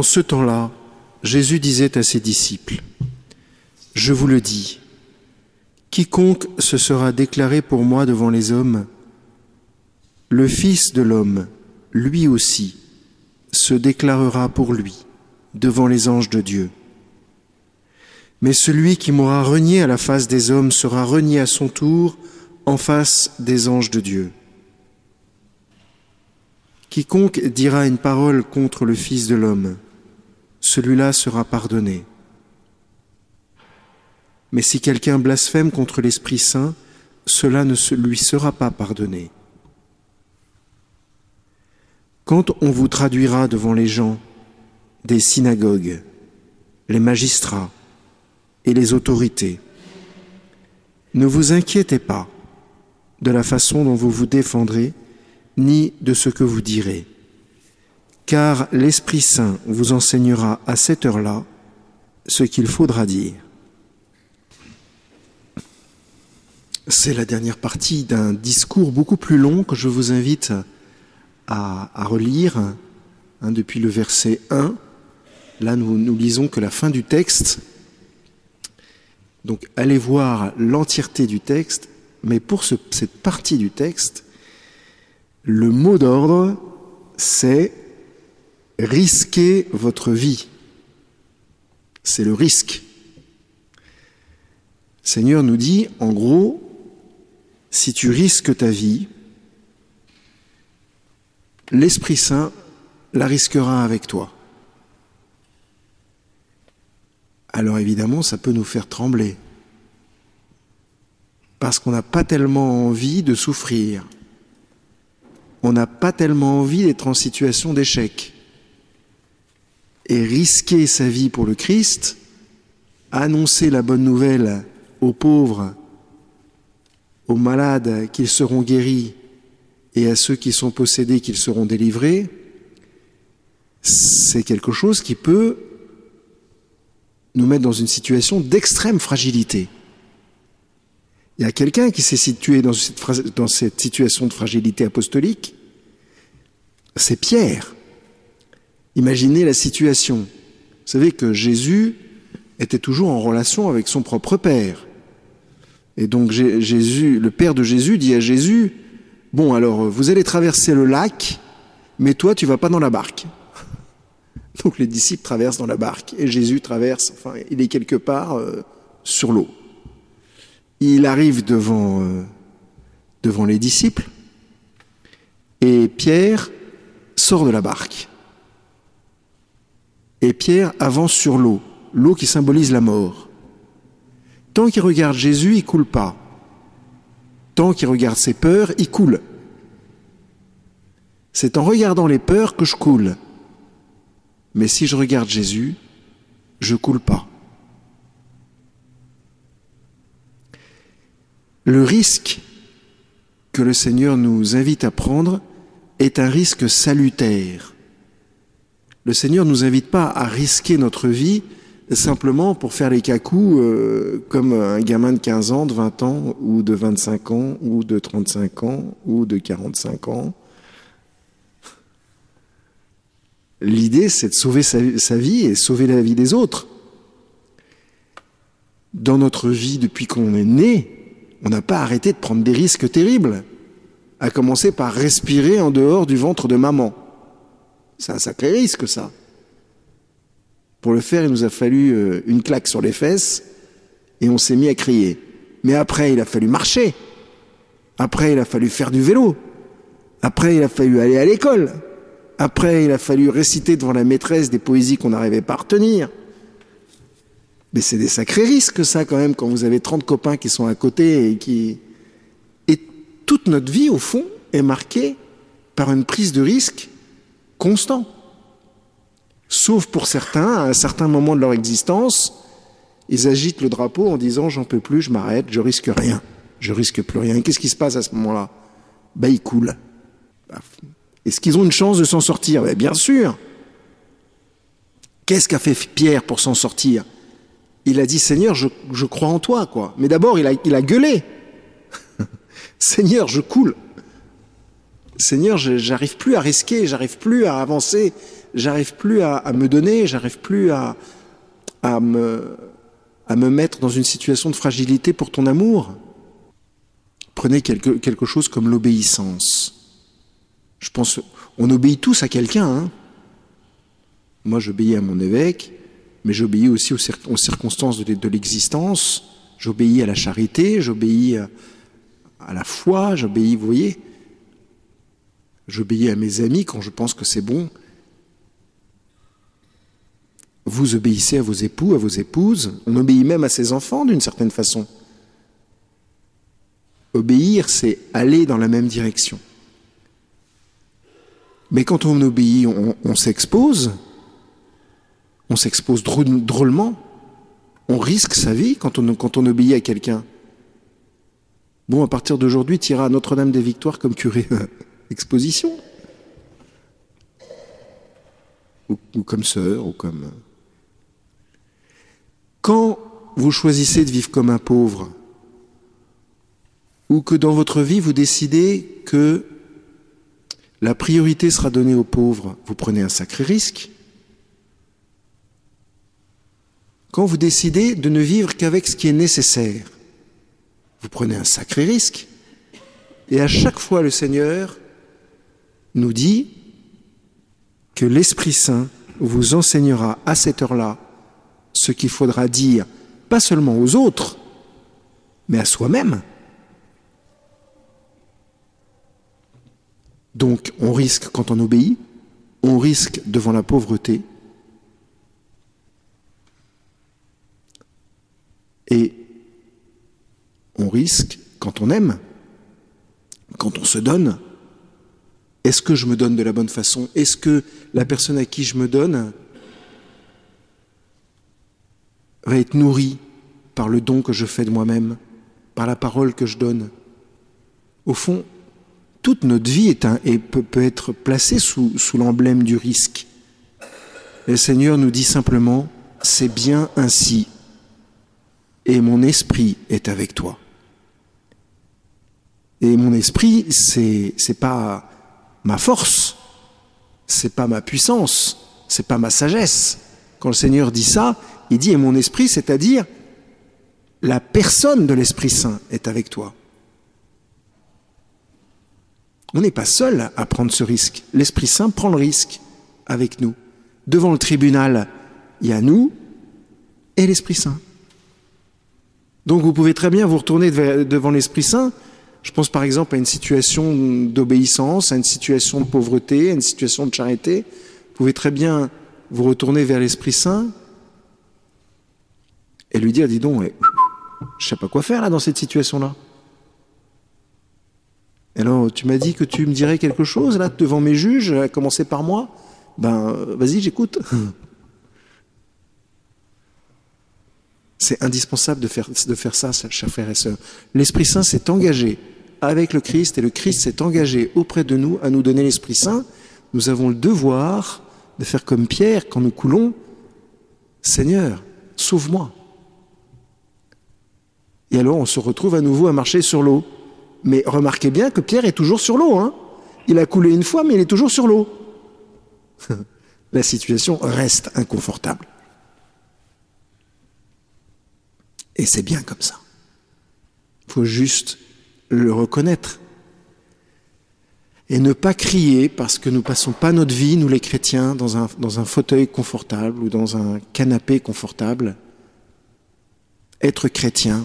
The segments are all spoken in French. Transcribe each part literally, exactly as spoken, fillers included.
En ce temps-là, Jésus disait à ses disciples, « Je vous le dis, quiconque se sera déclaré pour moi devant les hommes, le Fils de l'homme, lui aussi, se déclarera pour lui devant les anges de Dieu. Mais celui qui m'aura renié à la face des hommes sera renié à son tour en face des anges de Dieu. Quiconque dira une parole contre le Fils de l'homme, celui-là sera pardonné. Mais si quelqu'un blasphème contre l'Esprit Saint, cela ne lui sera pas pardonné. Quand on vous traduira devant les gens des synagogues, les magistrats et les autorités, ne vous inquiétez pas de la façon dont vous vous défendrez, ni de ce que vous direz, car l'Esprit Saint vous enseignera à cette heure-là ce qu'il faudra dire. C'est la dernière partie d'un discours beaucoup plus long que je vous invite à, à relire, hein, depuis le verset un. Là, nous, nous lisons que la fin du texte. Donc, allez voir l'entièreté du texte, mais pour ce, cette partie du texte, le mot d'ordre, c'est « risquez votre vie ». C'est le risque. Le Seigneur nous dit, en gros, si tu risques ta vie, l'Esprit Saint la risquera avec toi. Alors évidemment, ça peut nous faire trembler, parce qu'on n'a pas tellement envie de souffrir, on n'a pas tellement envie d'être en situation d'échec. Et risquer sa vie pour le Christ, annoncer la bonne nouvelle aux pauvres, aux malades qu'ils seront guéris et à ceux qui sont possédés qu'ils seront délivrés, c'est quelque chose qui peut nous mettre dans une situation d'extrême fragilité. Il y a quelqu'un qui s'est situé dans cette, dans cette situation de fragilité apostolique, c'est Pierre. Imaginez la situation. Vous savez que Jésus était toujours en relation avec son propre Père. Et donc Jésus, le Père de Jésus dit à Jésus, « Bon, alors, vous allez traverser le lac, mais toi, tu ne vas pas dans la barque. » Donc les disciples traversent dans la barque, et Jésus traverse, enfin, il est quelque part euh, sur l'eau. Il arrive devant, euh, devant les disciples, et Pierre sort de la barque. Et Pierre avance sur l'eau, l'eau qui symbolise la mort. Tant qu'il regarde Jésus, il coule pas. Tant qu'il regarde ses peurs, il coule. C'est en regardant les peurs que je coule. Mais si je regarde Jésus, je coule pas. Le risque que le Seigneur nous invite à prendre est un risque salutaire. Le Seigneur ne nous invite pas à risquer notre vie simplement pour faire les cacous euh, comme un gamin de quinze ans, de vingt ans, ou de vingt-cinq ans, ou de trente-cinq ans, ou de quarante-cinq ans. L'idée, c'est de sauver sa, sa vie et sauver la vie des autres. Dans notre vie, depuis qu'on est né, on n'a pas arrêté de prendre des risques terribles, à commencer par respirer en dehors du ventre de maman. C'est un sacré risque, ça. Pour le faire, il nous a fallu une claque sur les fesses et on s'est mis à crier. Mais après, il a fallu marcher. Après, il a fallu faire du vélo. Après, il a fallu aller à l'école. Après, il a fallu réciter devant la maîtresse des poésies qu'on n'arrivait pas à retenir. Mais c'est des sacrés risques, ça, quand même, quand vous avez trente copains qui sont à côté et qui... Et toute notre vie, au fond, est marquée par une prise de risque constant. Sauf pour certains, à un certain moment de leur existence, ils agitent le drapeau en disant « j'en peux plus, je m'arrête, je risque rien, je risque plus rien ». Qu'est-ce qui se passe à ce moment-là ? Ben, ils coulent. Est-ce qu'ils ont une chance de s'en sortir ? Ben, bien sûr. Qu'est-ce qu'a fait Pierre pour s'en sortir ? Il a dit « Seigneur, je, je crois en toi ». quoi. Mais d'abord, il a, il a gueulé. « Seigneur, je coule. Seigneur, je, j'arrive plus à risquer, j'arrive plus à avancer j'arrive plus à, à me donner, j'arrive plus à, à, me, à me mettre dans une situation de fragilité pour ton amour. Prenez quelque, quelque chose comme l'obéissance. Je pense, on obéit tous à quelqu'un. Hein. Moi, j'obéis à mon évêque, mais j'obéis aussi aux, cir- aux circonstances de, de l'existence. J'obéis à la charité, j'obéis à, à la foi, j'obéis, vous voyez. J'obéis à mes amis quand je pense que c'est bon. Vous obéissez à vos époux, à vos épouses. On obéit même à ses enfants d'une certaine façon. Obéir, c'est aller dans la même direction. Mais quand on obéit, on, on s'expose. On s'expose drôle, drôlement. On risque sa vie quand on, quand on obéit à quelqu'un. Bon, à partir d'aujourd'hui, tu iras à Notre-Dame-des-Victoires comme curé exposition. Ou, ou comme sœur, ou comme... Quand vous choisissez de vivre comme un pauvre, ou que dans votre vie, vous décidez que la priorité sera donnée aux pauvres, vous prenez un sacré risque. Quand vous décidez de ne vivre qu'avec ce qui est nécessaire, vous prenez un sacré risque. Et à chaque fois, le Seigneur nous dit que l'Esprit Saint vous enseignera à cette heure-là ce qu'il faudra dire, pas seulement aux autres, mais à soi-même. Donc, on risque quand on obéit, on risque devant la pauvreté, et on risque quand on aime, quand on se donne. Est-ce que je me donne de la bonne façon? Est-ce que la personne à qui je me donne va être nourrie par le don que je fais de moi-même, par la parole que je donne? Au fond, toute notre vie est un, et peut, peut être placée sous, sous l'emblème du risque. Le Seigneur nous dit simplement, c'est bien ainsi, et mon esprit est avec toi. Et mon esprit, c'est, c'est pas ma force, c'est pas ma puissance, c'est pas ma sagesse. Quand le Seigneur dit ça, il dit, et mon esprit, c'est-à-dire la personne de l'Esprit Saint est avec toi. On n'est pas seul à prendre ce risque. L'Esprit Saint prend le risque avec nous. Devant le tribunal, il y a nous et l'Esprit Saint. Donc vous pouvez très bien vous retourner devant l'Esprit Saint. Je pense par exemple à une situation d'obéissance, à une situation de pauvreté, à une situation de charité. Vous pouvez très bien vous retourner vers l'Esprit Saint et lui dire, dis donc, je ne sais pas quoi faire là dans cette situation-là. Alors, tu m'as dit que tu me dirais quelque chose, là, devant mes juges, à commencer par moi. Ben, vas-y, j'écoute. C'est indispensable de faire, de faire ça, chers frères et sœurs. L'Esprit Saint s'est engagé avec le Christ, et le Christ s'est engagé auprès de nous à nous donner l'Esprit Saint. Nous avons le devoir de faire comme Pierre, quand nous coulons, Seigneur, sauve-moi. Et alors, on se retrouve à nouveau à marcher sur l'eau. Mais remarquez bien que Pierre est toujours sur l'eau. Hein. Il a coulé une fois, mais il est toujours sur l'eau. La situation reste inconfortable. Et c'est bien comme ça. Il faut juste le reconnaître. Et ne pas crier parce que nous ne passons pas notre vie, nous les chrétiens, dans un, dans un fauteuil confortable ou dans un canapé confortable. Être chrétien,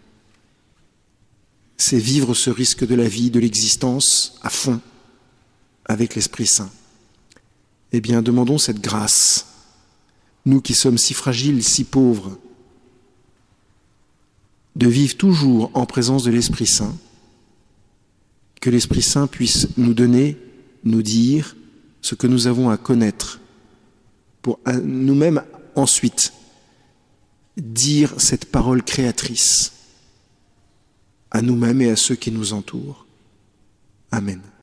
c'est vivre ce risque de la vie, de l'existence, à fond, avec l'Esprit Saint. Eh bien, demandons cette grâce, nous qui sommes si fragiles, si pauvres, de vivre toujours en présence de l'Esprit Saint, que l'Esprit Saint puisse nous donner, nous dire ce que nous avons à connaître, pour nous-mêmes ensuite dire cette parole créatrice à nous-mêmes et à ceux qui nous entourent. Amen.